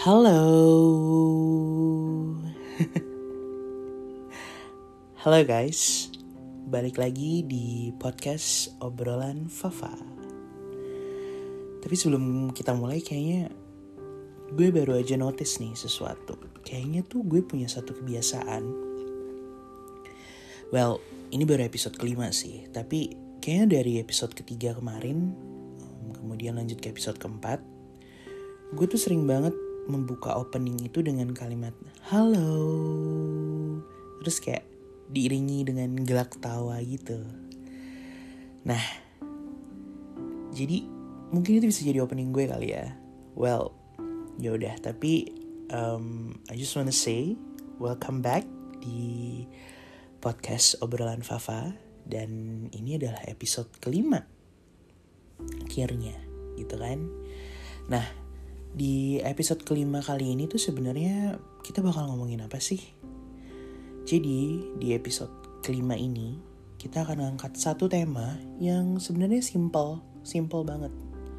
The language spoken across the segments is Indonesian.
Halo. Halo guys. Balik lagi di podcast obrolan Fafa. Tapi sebelum kita mulai kayaknya gue baru aja notice nih sesuatu. Kayaknya tuh gue punya satu kebiasaan. Well, ini baru episode kelima sih. Tapi kayaknya dari episode ketiga kemarin, kemudian lanjut ke episode keempat, gue tuh sering banget membuka opening itu dengan kalimat halo. Terus kayak diiringi dengan gelak tawa gitu. Nah, jadi mungkin itu bisa jadi opening gue kali ya. Well, yaudah. Tapi I just wanna say welcome back di podcast obrolan Fafa. Dan ini adalah episode kelima akhirnya gitu kan. Nah, di episode kelima kali ini tuh sebenarnya kita bakal ngomongin apa sih? Jadi di episode kelima ini kita akan angkat satu tema yang sebenarnya simple banget,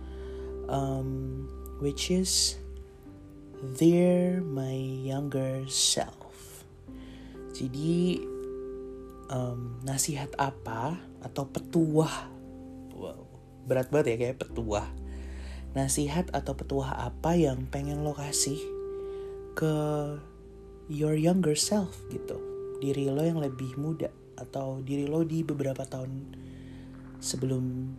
which is Dear My Younger Self. Jadi nasihat apa atau petuah, wow, berat banget ya kayak petuah. Nasihat atau petuah apa yang pengen lo kasih ke your younger self gitu. Diri lo yang lebih muda atau diri lo di beberapa tahun sebelum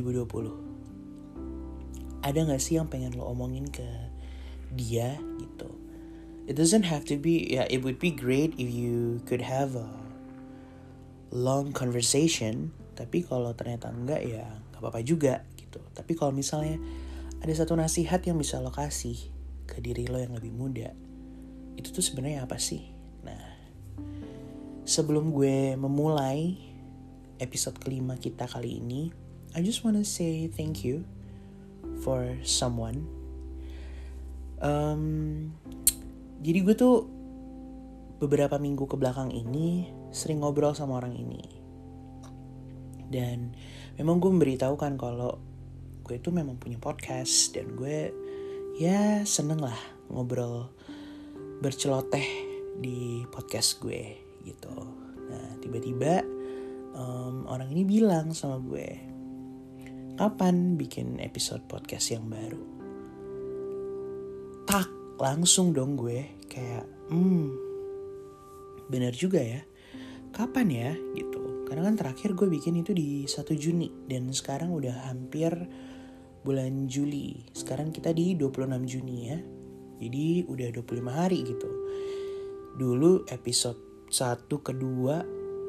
2020. Ada gak sih yang pengen lo omongin ke dia gitu? It doesn't have to be, it would be great if you could have a long conversation. Tapi kalau ternyata enggak ya gak apa-apa juga gitu. Tapi kalau misalnya ada satu nasihat yang bisa lo kasih ke diri lo yang lebih muda, itu tuh sebenarnya apa sih? Nah, sebelum gue memulai episode kelima kita kali ini, I just wanna say thank you for someone. Jadi gue tuh beberapa minggu kebelakang ini sering ngobrol sama orang ini. Dan memang gue memberitahukan kalau gue itu memang punya podcast dan gue ya seneng lah ngobrol berceloteh di podcast gue gitu. Nah tiba-tiba orang ini bilang sama gue, kapan bikin episode podcast yang baru? Tak, langsung dong gue kayak bener juga ya, kapan ya gitu. Karena kan terakhir gue bikin itu di 1 Juni dan sekarang udah hampir bulan Juli. Sekarang kita di 26 Juni ya. Jadi udah 25 hari gitu. Dulu episode 1 kedua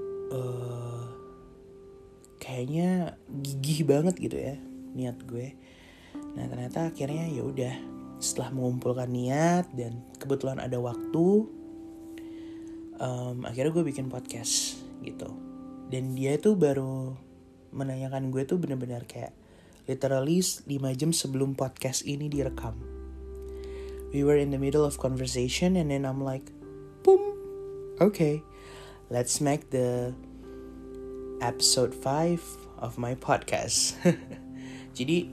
kayaknya gigih banget gitu ya niat gue. Nah, ternyata akhirnya ya udah, setelah mengumpulkan niat dan kebetulan ada waktu, akhirnya gue bikin podcast gitu. Dan dia tuh baru menanyakan gue tuh benar-benar kayak literally 5 jam sebelum podcast ini direkam. We were in the middle of conversation and then I'm like, boom, okay, let's make the episode 5 of my podcast. Jadi,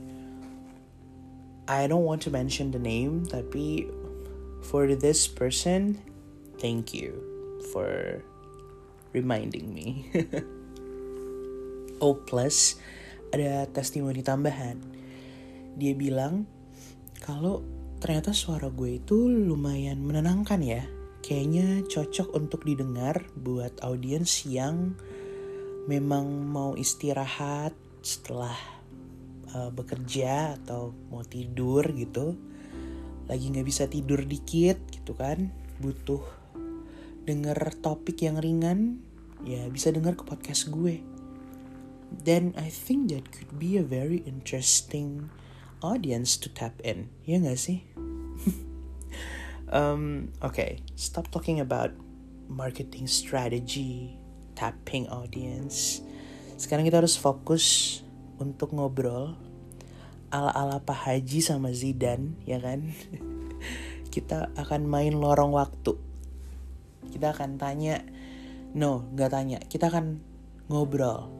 I don't want to mention the name, tapi for this person, thank you for reminding me. Oh, plus ada testimoni tambahan. Dia bilang kalau ternyata suara gue itu lumayan menenangkan ya. Kayaknya cocok untuk didengar buat audiens yang memang mau istirahat setelah bekerja atau mau tidur gitu. Lagi gak bisa tidur dikit gitu kan. Butuh denger topik yang ringan, ya bisa denger ke podcast gue. Then I think that could be a very interesting audience to tap in. Ya gak sih? Okay, stop talking about marketing strategy, tapping audience. Sekarang kita harus fokus untuk ngobrol ala-ala Pak Haji sama Zidane, ya kan? Kita akan main lorong waktu. Kita akan tanya, kita akan ngobrol.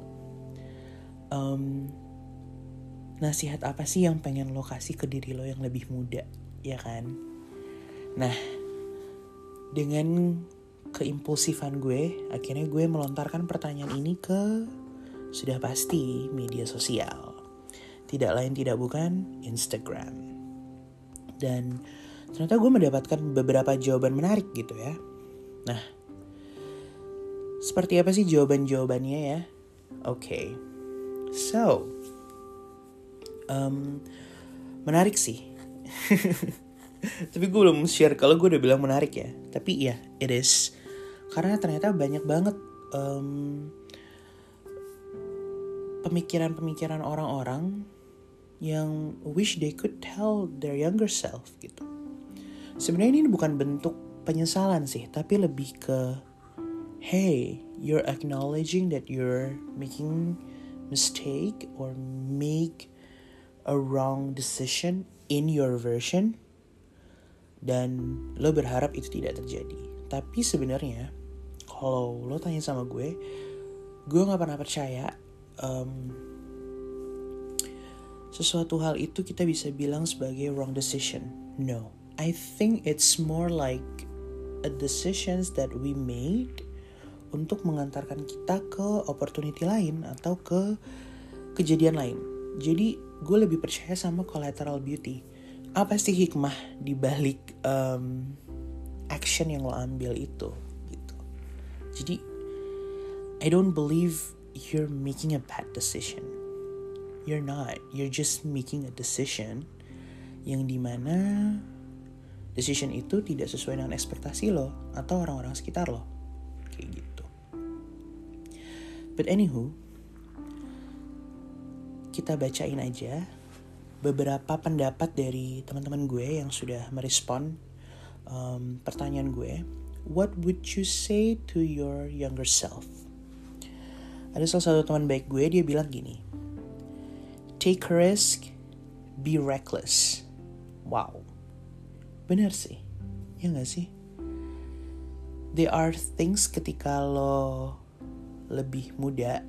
Nasihat apa sih yang pengen lo kasih ke diri lo yang lebih muda, ya kan? Nah, dengan keimpulsifan gue, akhirnya gue melontarkan pertanyaan ini ke sudah pasti media sosial. Tidak lain tidak bukan Instagram. Dan ternyata gue mendapatkan beberapa jawaban menarik gitu ya. Nah, seperti apa sih jawaban-jawabannya ya? Oke. So, menarik sih. Tapi gue belum share kalau gue udah bilang menarik ya. Tapi ya, it is. Karena ternyata banyak banget pemikiran-pemikiran orang-orang yang wish they could tell their younger self gitu. Sebenarnya ini bukan bentuk penyesalan sih, tapi lebih ke hey, you're acknowledging that you're making mistake or make a wrong decision in your version, dan lo berharap itu tidak terjadi. Tapi sebenarnya kalau lo tanya sama gue gak pernah percaya sesuatu hal itu kita bisa bilang sebagai wrong decision. No, I think it's more like a decisions that we made untuk mengantarkan kita ke opportunity lain atau ke kejadian lain. Jadi gue lebih percaya sama collateral beauty. Apa sih hikmah dibalik action yang lo ambil itu gitu. Jadi I don't believe you're making a bad decision. You're not. You're just making a decision yang dimana decision itu tidak sesuai dengan ekspektasi lo atau orang-orang sekitar lo. Kayak gitu. But anywho, kita bacain aja beberapa pendapat dari teman-teman gue yang sudah merespon pertanyaan gue. What would you say to your younger self? Ada salah satu teman baik gue, dia bilang gini, take a risk, be reckless. Wow, bener sih, ya gak sih? There are things ketika lo lebih muda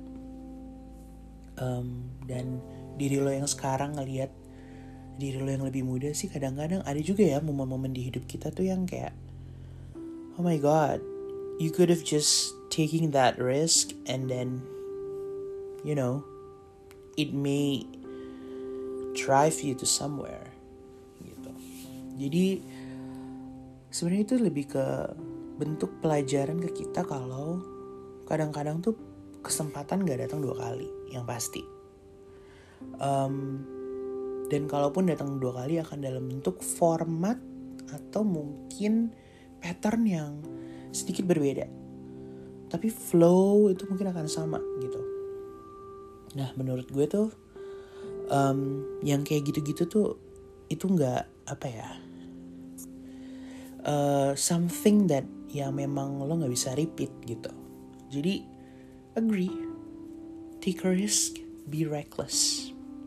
dan diri lo yang sekarang ngelihat diri lo yang lebih muda sih, kadang-kadang ada juga ya momen-momen di hidup kita tuh yang kayak, oh my god, you could have just taking that risk and then, you know, it may drive you to somewhere gitu. Jadi sebenarnya itu lebih ke bentuk pelajaran ke kita kalau kadang-kadang tuh kesempatan gak datang 2 kali yang pasti. Dan kalaupun datang 2 kali akan dalam bentuk format atau mungkin pattern yang sedikit berbeda. Tapi flow itu mungkin akan sama gitu. Nah menurut gue tuh yang kayak gitu-gitu tuh itu gak apa ya, something that ya memang lo gak bisa repeat gitu. Jadi agree, take a risk, be reckless.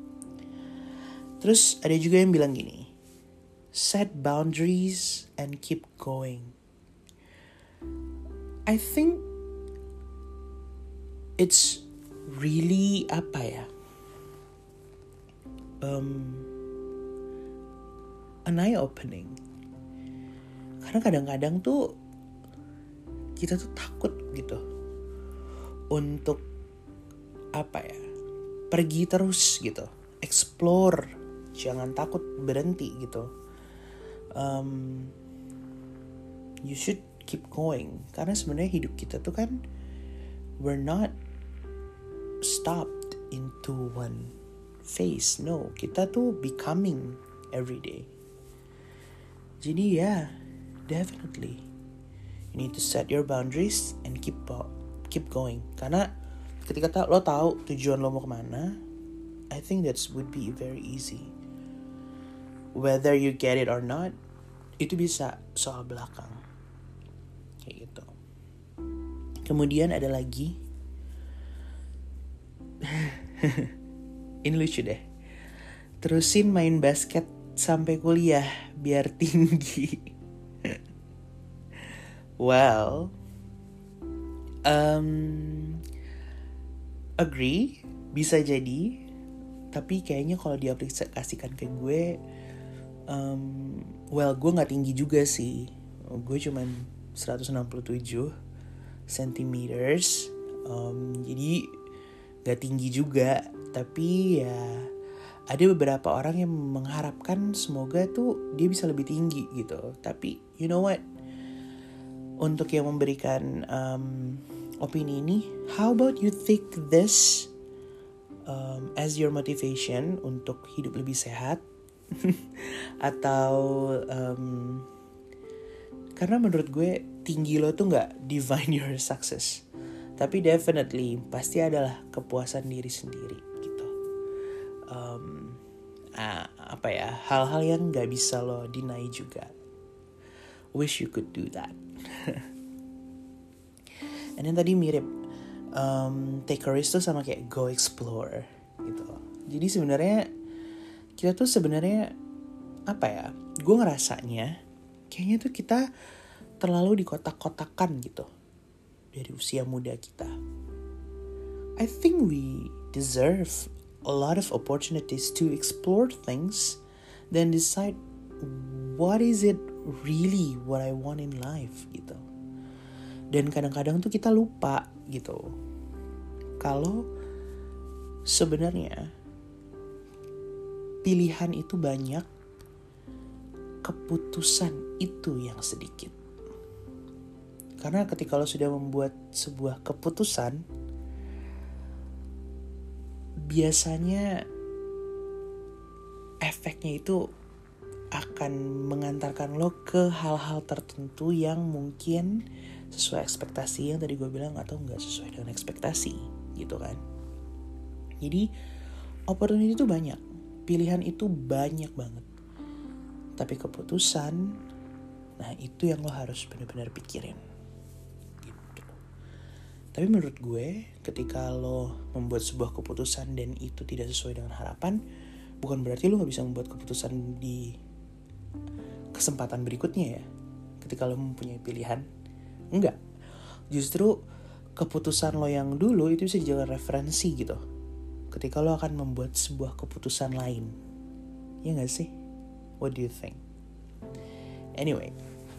Terus ada juga yang bilang gini, set boundaries and keep going. I think it's really apa ya, an eye opening. Karena kadang-kadang tuh kita tuh takut gitu untuk apa ya, pergi terus gitu, explore, jangan takut berhenti gitu. You should keep going, karena sebenarnya hidup kita tuh kan we're not stopped into one phase. No, kita tuh becoming every day. Jadi ya, definitely you need to set your boundaries and keep going. Karena ketika lo tahu tujuan lo mau kemana, I think that would be very easy. Whether you get it or not, itu bisa soal belakang. Kayak gitu. Kemudian ada lagi, ini lucu deh, terusin main basket sampai kuliah biar tinggi. Well, agree, bisa jadi. Tapi kayaknya kalau diaplikasikan ke gue, Well, gue gak tinggi juga sih. Gue cuman 167 centimeters. Jadi gak tinggi juga. Tapi ya ada beberapa orang yang mengharapkan semoga tuh dia bisa lebih tinggi gitu. Tapi you know what? Untuk yang memberikan opini ini, how about you take this as your motivation untuk hidup lebih sehat? Atau karena menurut gue tinggi lo tuh gak define your success, tapi definitely pasti adalah kepuasan diri sendiri gitu. Hal-hal yang gak bisa lo deny juga. Wish you could do that. And then tadi mirip take a risk tuh sama kayak go explore gitu. Jadi sebenarnya kita tuh sebenarnya gue ngerasanya kayaknya tuh kita terlalu dikotak-kotakan gitu dari usia muda kita. I think we deserve a lot of opportunities to explore things, then decide what is it really what I want in life gitu. Dan kadang-kadang tuh kita lupa gitu kalau sebenarnya pilihan itu banyak, keputusan itu yang sedikit. Karena ketika lo sudah membuat sebuah keputusan, biasanya efeknya itu akan mengantarkan lo ke hal-hal tertentu yang mungkin sesuai ekspektasi yang tadi gue bilang atau nggak sesuai dengan ekspektasi gitu kan. Jadi opportunity itu banyak, pilihan itu banyak banget, tapi keputusan, nah itu yang lo harus benar-benar pikirin gitu. Tapi menurut gue ketika lo membuat sebuah keputusan dan itu tidak sesuai dengan harapan, bukan berarti lo gak bisa membuat keputusan di kesempatan berikutnya ya, ketika lo mempunyai pilihan. Enggak, justru keputusan lo yang dulu itu bisa dijadikan referensi gitu ketika lo akan membuat sebuah keputusan lain. Ya gak sih? What do you think? Anyway,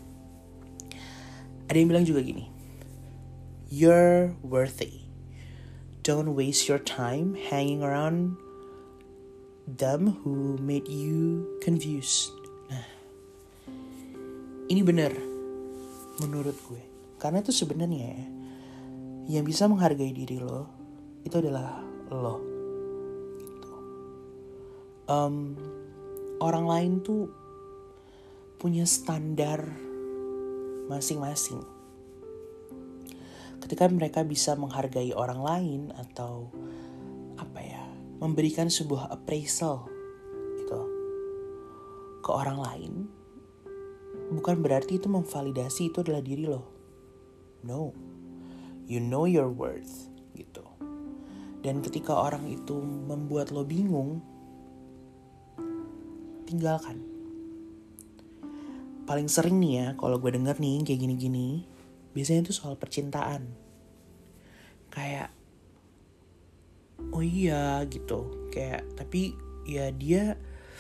ada yang bilang juga gini, you're worthy. Don't waste your time hanging around them who made you confused. Nah, ini benar menurut gue. Karena itu sebenarnya yang bisa menghargai diri lo itu adalah lo. Gitu. Orang lain tuh punya standar masing-masing. Ketika mereka bisa menghargai orang lain atau memberikan sebuah appraisal gitu ke orang lain, bukan berarti itu memvalidasi itu adalah diri lo. No, you know your worth gitu. Dan ketika orang itu membuat lo bingung, tinggalkan. Paling sering nih ya, kalau gue denger nih kayak gini-gini, biasanya itu soal percintaan. Kayak, oh iya gitu, kayak tapi ya dia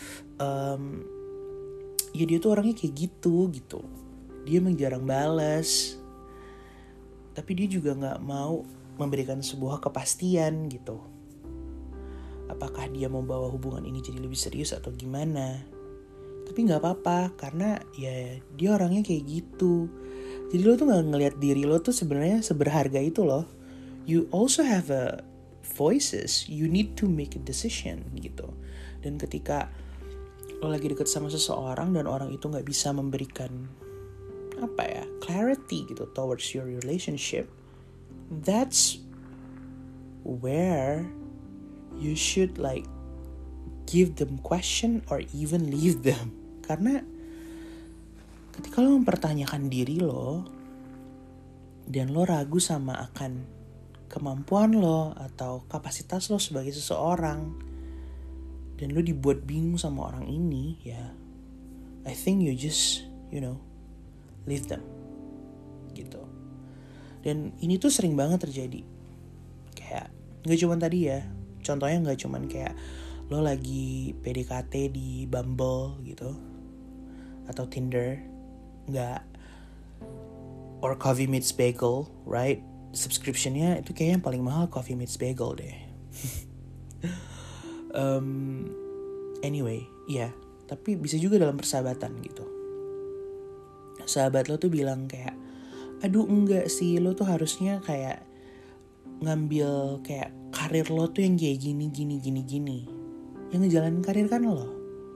tuh orangnya kayak gitu. Dia emang jarang balas, tapi dia juga nggak mau memberikan sebuah kepastian gitu. Apakah dia mau bawa hubungan ini jadi lebih serius atau gimana? Tapi nggak apa-apa karena ya dia orangnya kayak gitu. Jadi lo tuh nggak ngelihat diri lo tuh sebenarnya seberharga itu loh. You also have a voices. You need to make a decision gitu. Dan ketika lo lagi deket sama seseorang dan orang itu nggak bisa memberikan clarity gitu towards your relationship, that's where you should give them question or even leave them. Karena ketika lo mempertanyakan diri lo dan lo ragu sama akan kemampuan lo atau kapasitas lo sebagai seseorang dan lo dibuat bingung sama orang ini, ya I think you just leave them gitu. Dan ini tuh sering banget terjadi. Kayak gak cuman tadi ya, contohnya gak cuman kayak lo lagi PDKT di Bumble gitu, atau Tinder, nggak, or Coffee Meets Bagel, right? Subscriptionnya itu kayaknya yang paling mahal Coffee Meets Bagel deh. Anyway, ya, tapi bisa juga dalam persahabatan gitu. Sahabat lo tuh bilang kayak, aduh enggak sih, lo tuh harusnya kayak ngambil kayak karir lo tuh yang kayak gini. Yang ngejalanin karir kan lo.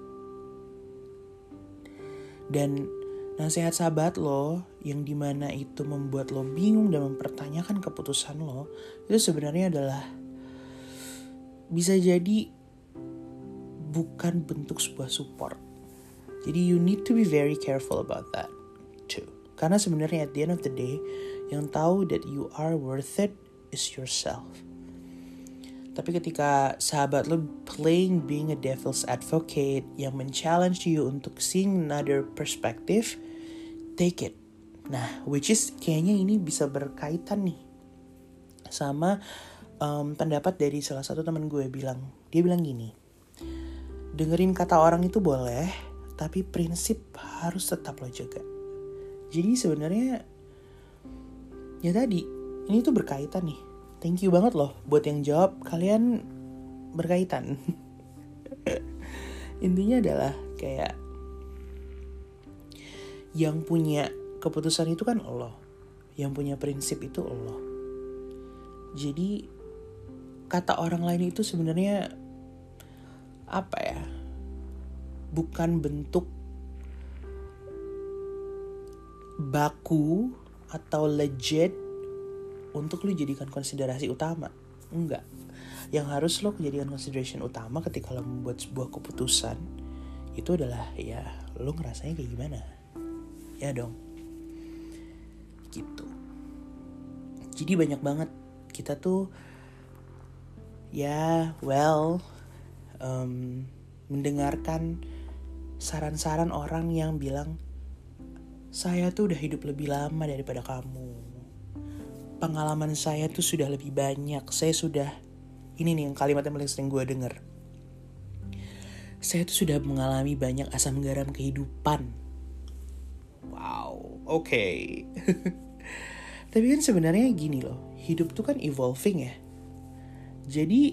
Dan nasihat sahabat lo yang dimana itu membuat lo bingung dan mempertanyakan keputusan lo, itu sebenarnya adalah bisa jadi bukan bentuk sebuah support. Jadi you need to be very careful about that too. Karena sebenarnya at the end of the day, yang tahu that you are worth it is yourself. Tapi ketika sahabat lo playing being a devil's advocate yang men-challenge you untuk seeing another perspective, take it. Nah, which is kayaknya ini bisa berkaitan nih sama pendapat dari salah satu teman gue bilang. Dia bilang gini, dengerin kata orang itu boleh, tapi prinsip harus tetap lo jaga. Jadi sebenarnya ya tadi, ini tuh berkaitan nih. Thank you banget loh buat yang jawab, kalian berkaitan. Intinya adalah kayak yang punya keputusan itu kan Allah, yang punya prinsip itu Allah. Jadi kata orang lain itu sebenarnya apa ya? Bukan bentuk baku atau legit untuk lu jadikan konsiderasi utama. Enggak. Yang harus lo jadikan consideration utama ketika lo membuat sebuah keputusan itu adalah ya lo ngerasanya kayak gimana. Ya dong. Gitu. Jadi banyak banget kita tuh ya mendengarkan saran-saran orang yang bilang, saya tuh udah hidup lebih lama daripada kamu. Pengalaman saya tuh sudah lebih banyak. Ini nih yang kalimat yang paling sering gue denger. Saya tuh sudah mengalami banyak asam garam kehidupan. Wow, oke. Tapi kan sebenarnya gini loh, hidup tuh kan evolving ya. Jadi,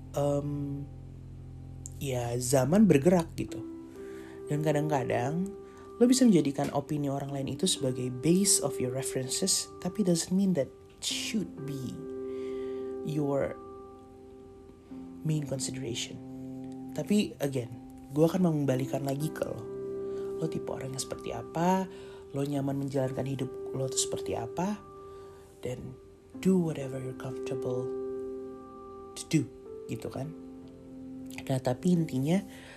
ya zaman bergerak gitu. Dan kadang-kadang lo bisa menjadikan opini orang lain itu sebagai base of your references, tapi doesn't mean that should be your main consideration. Tapi again, gue akan mengembalikan lagi ke lo. Lo tipe orangnya seperti apa, lo nyaman menjalankan hidup lo itu seperti apa, dan do whatever you're comfortable to do, gitu kan. Nah tapi intinya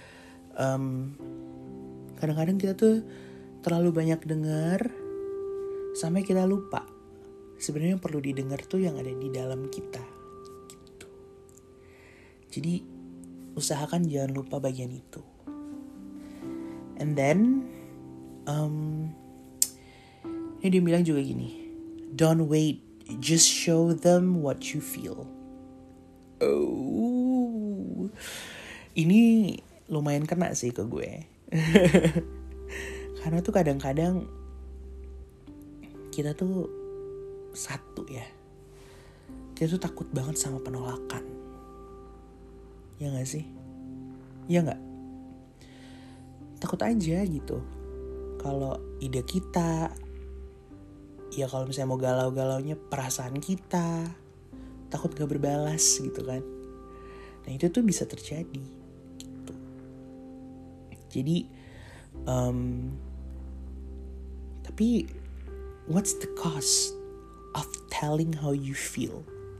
kadang-kadang kita tuh terlalu banyak dengar sampai kita lupa sebenarnya yang perlu didengar tuh yang ada di dalam kita gitu. Jadi usahakan jangan lupa bagian itu. And then ini dia bilang juga gini, don't wait, just show them what you feel. Oh, ini lumayan kena sih ke gue. Karena tuh kadang-kadang kita tuh kita tuh takut banget sama penolakan. Ya gak sih? Ya gak? Takut aja gitu. Kalau ide kita, ya kalau misalnya mau galau-galaunya perasaan kita, takut gak berbalas gitu kan. Nah itu tuh bisa terjadi gitu. Jadi tapi what's the cost of telling how you feel?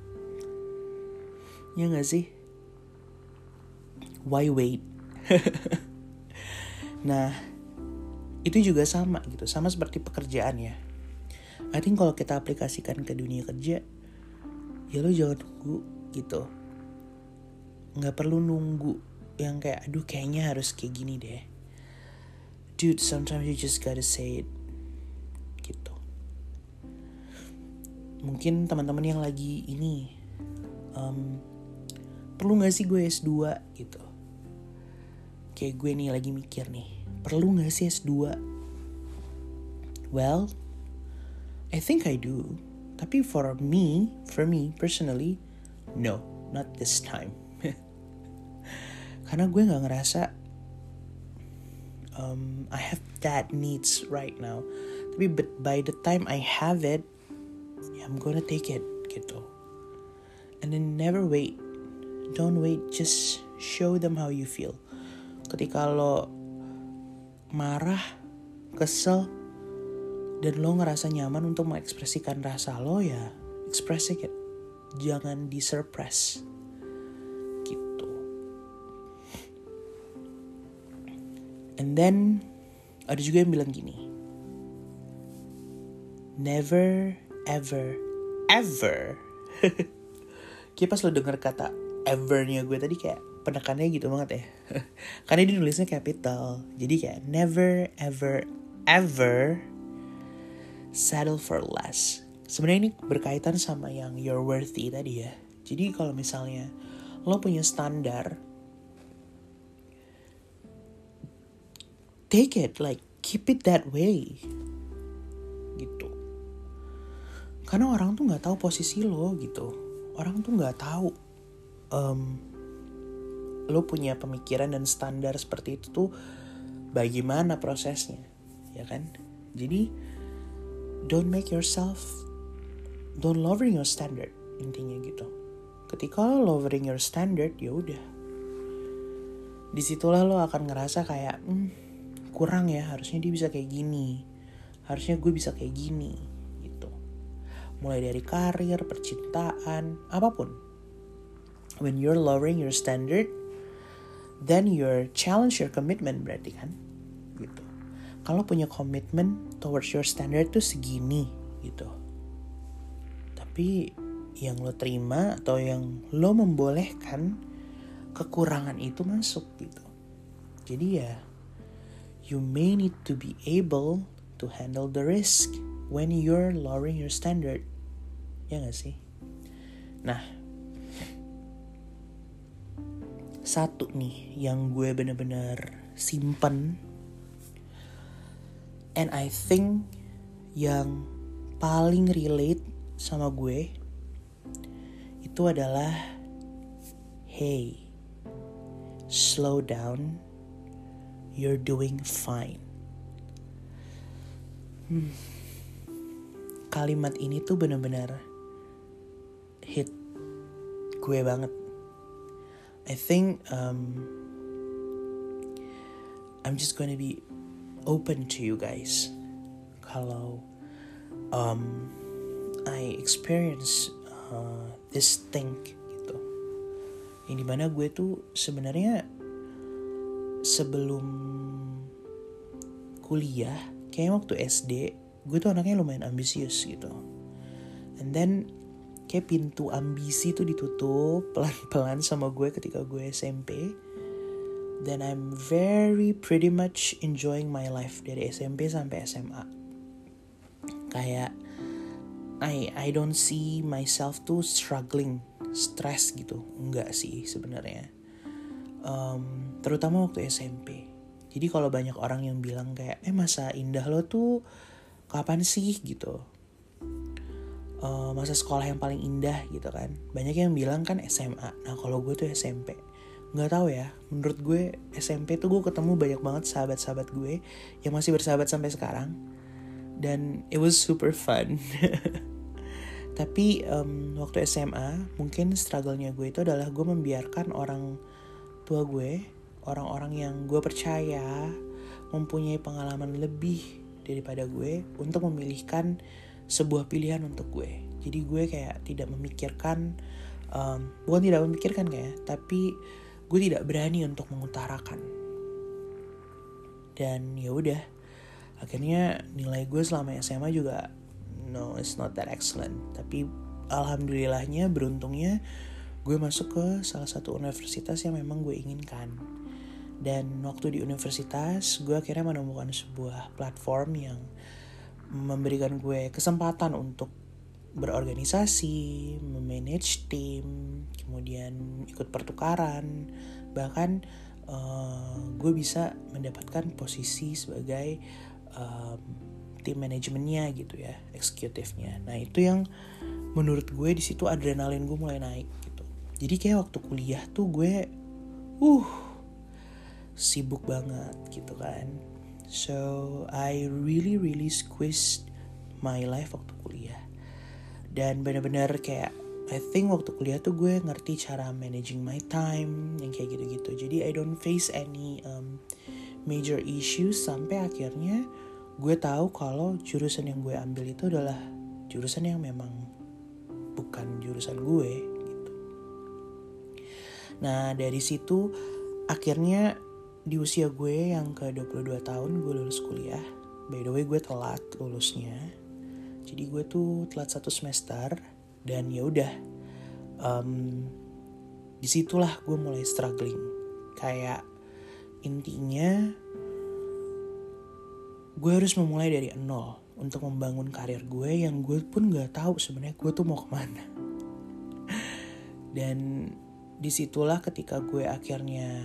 Ya gak sih? Why wait? Nah, itu juga sama gitu. Sama seperti pekerjaan ya. I think kalau kita aplikasikan ke dunia kerja, ya lo jangan nunggu gitu. Gak perlu nunggu yang kayak, aduh kayaknya harus kayak gini deh. Dude, sometimes you just gotta say it. Gitu. Mungkin teman-teman yang lagi ini perlu gak sih gue S2 gitu. Kayak gue nih lagi mikir nih, perlu gak sih S2 Well, I think I do. Tapi for me personally, no, not this time. Karena gue gak ngerasa I have that needs right now. Tapi by the time I have it, I'm gonna take it gitu. And then never wait. Don't wait, just show them how you feel. Ketika lo marah, kesel, dan lo ngerasa nyaman untuk mengekspresikan rasa lo, ya express it. Jangan di-suppress gitu. And then ada juga yang bilang gini, never ever kayak pas lo denger kata ever-nya gue tadi kayak penekannya gitu banget ya. Karena dia nulisnya capital. Jadi kayak never ever settle for less. Sebenarnya ini berkaitan sama yang you're worthy tadi ya. Jadi kalau misalnya lo punya standar, take it, like keep it that way gitu. Karena orang tuh nggak tahu posisi lo gitu. Orang tuh nggak tahu lo punya pemikiran dan standar seperti itu tuh bagaimana prosesnya, ya kan? Jadi don't lowering your standard, intinya gitu. Ketika lo lowering your standard, ya udah, disitulah lo akan ngerasa kayak kurang ya, harusnya dia bisa kayak gini, harusnya gue bisa kayak gini gitu. Mulai dari karir, percintaan, apapun. When you're lowering your standard, then you're challenge your commitment berarti kan gitu. Kalau punya komitmen towards your standard tuh segini gitu, tapi yang lo terima atau yang lo membolehkan kekurangan itu masuk gitu. Jadi ya, you may need to be able to handle the risk when you're lowering your standard. Ya gak sih? Nah, satu nih yang gue bener-bener simpen, and I think yang paling relate sama gue itu adalah, hey, slow down, you're doing fine. Kalimat ini tuh bener-bener hit gue banget. I think I'm just gonna be open to you guys. Kalau I experience this thing gitu, yang dimana gue tuh sebenarnya sebelum kuliah, kayak waktu SD, gue tuh anaknya lumayan ambisius gitu. And then kayak pintu ambisi tuh ditutup pelan-pelan sama gue ketika gue SMP. Then I'm pretty much enjoying my life dari SMP sampai SMA. Kayak I don't see myself tuh struggling, stress gitu. Enggak sih sebenarnya. Terutama waktu SMP. Jadi kalau banyak orang yang bilang kayak masa indah lo tuh kapan sih gitu, masa sekolah yang paling indah gitu kan, banyak yang bilang kan SMA. Nah kalau gue tuh SMP. Nggak tahu ya, menurut gue SMP tuh gue ketemu banyak banget sahabat-sahabat gue yang masih bersahabat sampai sekarang, dan it was super fun. Tapi waktu SMA mungkin struggle-nya gue itu adalah gue membiarkan orang tua gue, orang-orang yang gue percaya mempunyai pengalaman lebih daripada gue, untuk memilihkan sebuah pilihan untuk gue. Jadi gue kayak tidak memikirkan, bukan tidak memikirkan kayak, tapi gue tidak berani untuk mengutarakan. Dan ya udah, akhirnya nilai gue selama SMA juga no, it's not that excellent. Tapi alhamdulillahnya, beruntungnya gue masuk ke salah satu universitas yang memang gue inginkan. Dan waktu di universitas, gue akhirnya menemukan sebuah platform yang memberikan gue kesempatan untuk berorganisasi, memanage tim, kemudian ikut pertukaran. Bahkan gue bisa mendapatkan posisi sebagai tim manajemennya gitu ya, eksekutifnya. Nah itu yang menurut gue di situ adrenalin gue mulai naik gitu. Jadi kayak waktu kuliah tuh gue sibuk banget gitu kan. So I really squeezed my life waktu kuliah. Dan benar-benar kayak I think waktu kuliah tuh gue ngerti cara managing my time yang kayak gitu-gitu. Jadi I don't face any major issues sampai akhirnya gue tahu kalau jurusan yang gue ambil itu adalah jurusan yang memang bukan jurusan gue gitu. Nah dari situ akhirnya di usia gue yang ke 22 tahun gue lulus kuliah. By the way gue telat lulusnya. Jadi gue tuh telat 1 semester. Dan ya udah disitulah gue mulai struggling. Kayak intinya gue harus memulai dari nol untuk membangun karir gue yang gue pun gak tahu sebenarnya gue tuh mau kemana. Dan disitulah ketika gue akhirnya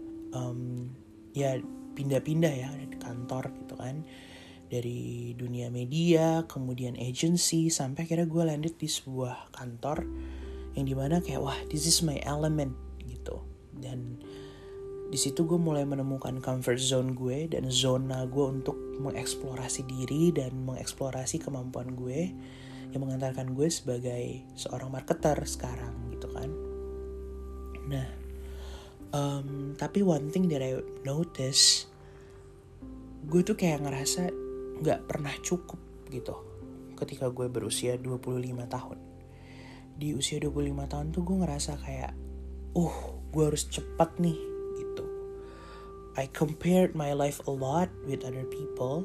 ya pindah-pindah ya di kantor gitu kan, dari dunia media kemudian agency sampai akhirnya gue landed di sebuah kantor yang dimana kayak wah this is my element gitu. Dan di situ gue mulai menemukan comfort zone gue dan zona gue untuk mengeksplorasi diri dan mengeksplorasi kemampuan gue yang mengantarkan gue sebagai seorang marketer sekarang gitu kan. Nah tapi one thing that I notice, gue tuh kayak ngerasa gak pernah cukup gitu ketika gue berusia 25 tahun. Di usia 25 tahun tuh gue ngerasa kayak gue harus cepat nih gitu. I compared my life a lot with other people,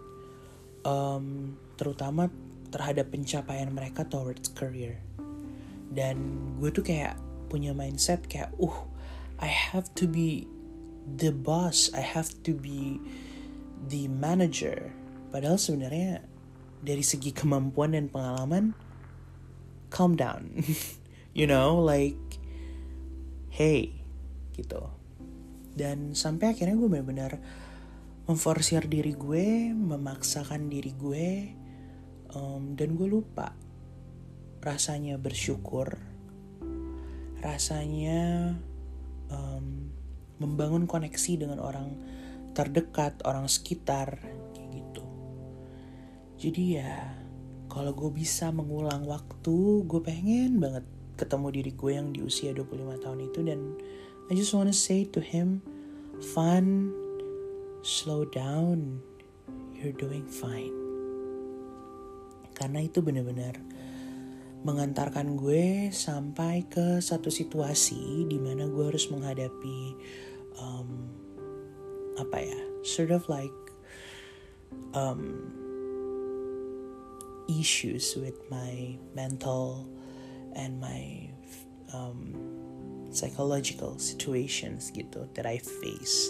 terutama terhadap pencapaian mereka towards career. Dan gue tuh kayak punya mindset kayak I have to be the boss, I have to be the manager. Padahal sebenarnya dari segi kemampuan dan pengalaman, calm down. You know, like hey gitu. Dan sampai akhirnya gue benar-benar memforsir diri gue, memaksakan diri gue, dan gue lupa rasanya bersyukur, rasanya membangun koneksi dengan orang terdekat, orang sekitar kayak gitu. Jadi ya kalau gue bisa mengulang waktu, gue pengen banget ketemu diri gue yang di usia 25 tahun itu. Dan I just wanna say to him, Van, slow down, you're doing fine. Karena itu benar-benar mengantarkan gue sampai ke satu situasi di mana gue harus menghadapi sort of like issues with my mental and my psychological situations gitu that I face.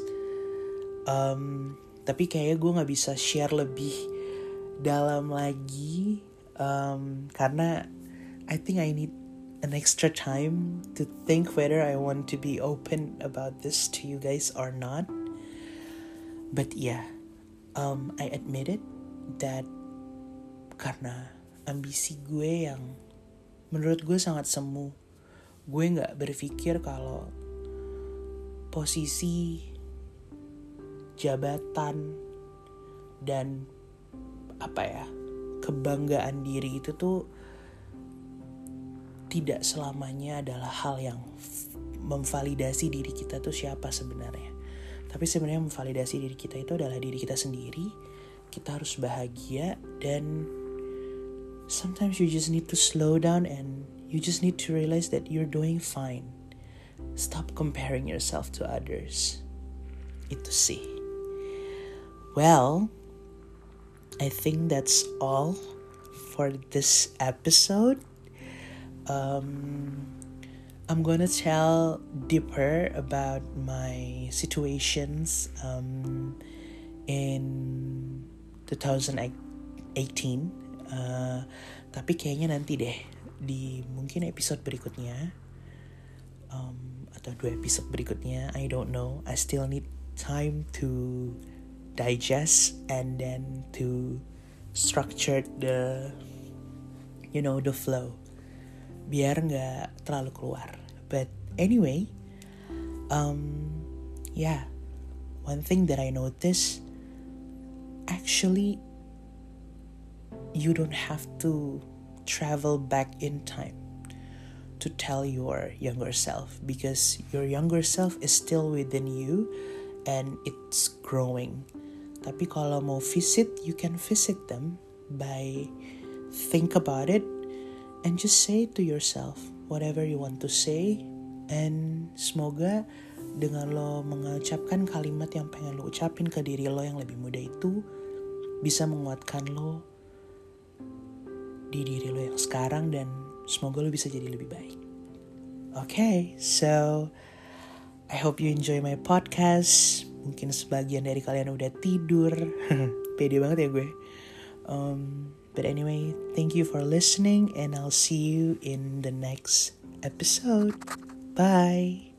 Tapi kayaknya gue gak bisa share lebih dalam lagi karena I think I need an extra time to think whether I want to be open about this to you guys or not. But yeah, I admit it that karena ambisi gue yang menurut gue sangat semu, gue gak berpikir kalau posisi, jabatan, dan kebanggaan diri itu tuh tidak selamanya adalah hal yang memvalidasi diri kita tuh siapa sebenarnya. Tapi sebenarnya memvalidasi diri kita itu adalah diri kita sendiri. Kita harus bahagia dan sometimes you just need to slow down and you just need to realize that you're doing fine. Stop comparing yourself to others. Itu sih. Well, I think that's all for this episode. I'm gonna tell deeper about my situations in 2018. Tapi kayaknya nanti deh di mungkin episode berikutnya atau 2 episode berikutnya. I don't know. I still need time to digest and then to structured the flow biar nggak terlalu keluar. But anyway, one thing that I noticed, actually you don't have to travel back in time to tell your younger self, because your younger self is still within you and it's growing. Tapi kalau mau visit, you can visit them by think about it and just say to yourself whatever you want to say. And semoga dengan lo mengucapkan kalimat yang pengen lo ucapin ke diri lo yang lebih muda itu bisa menguatkan lo di diri lo yang sekarang, dan semoga lo bisa jadi lebih baik. Okay, so I hope you enjoy my podcast. Mungkin sebagian dari kalian udah tidur. Pede banget ya gue. But anyway, thank you for listening and I'll see you in the next episode. Bye.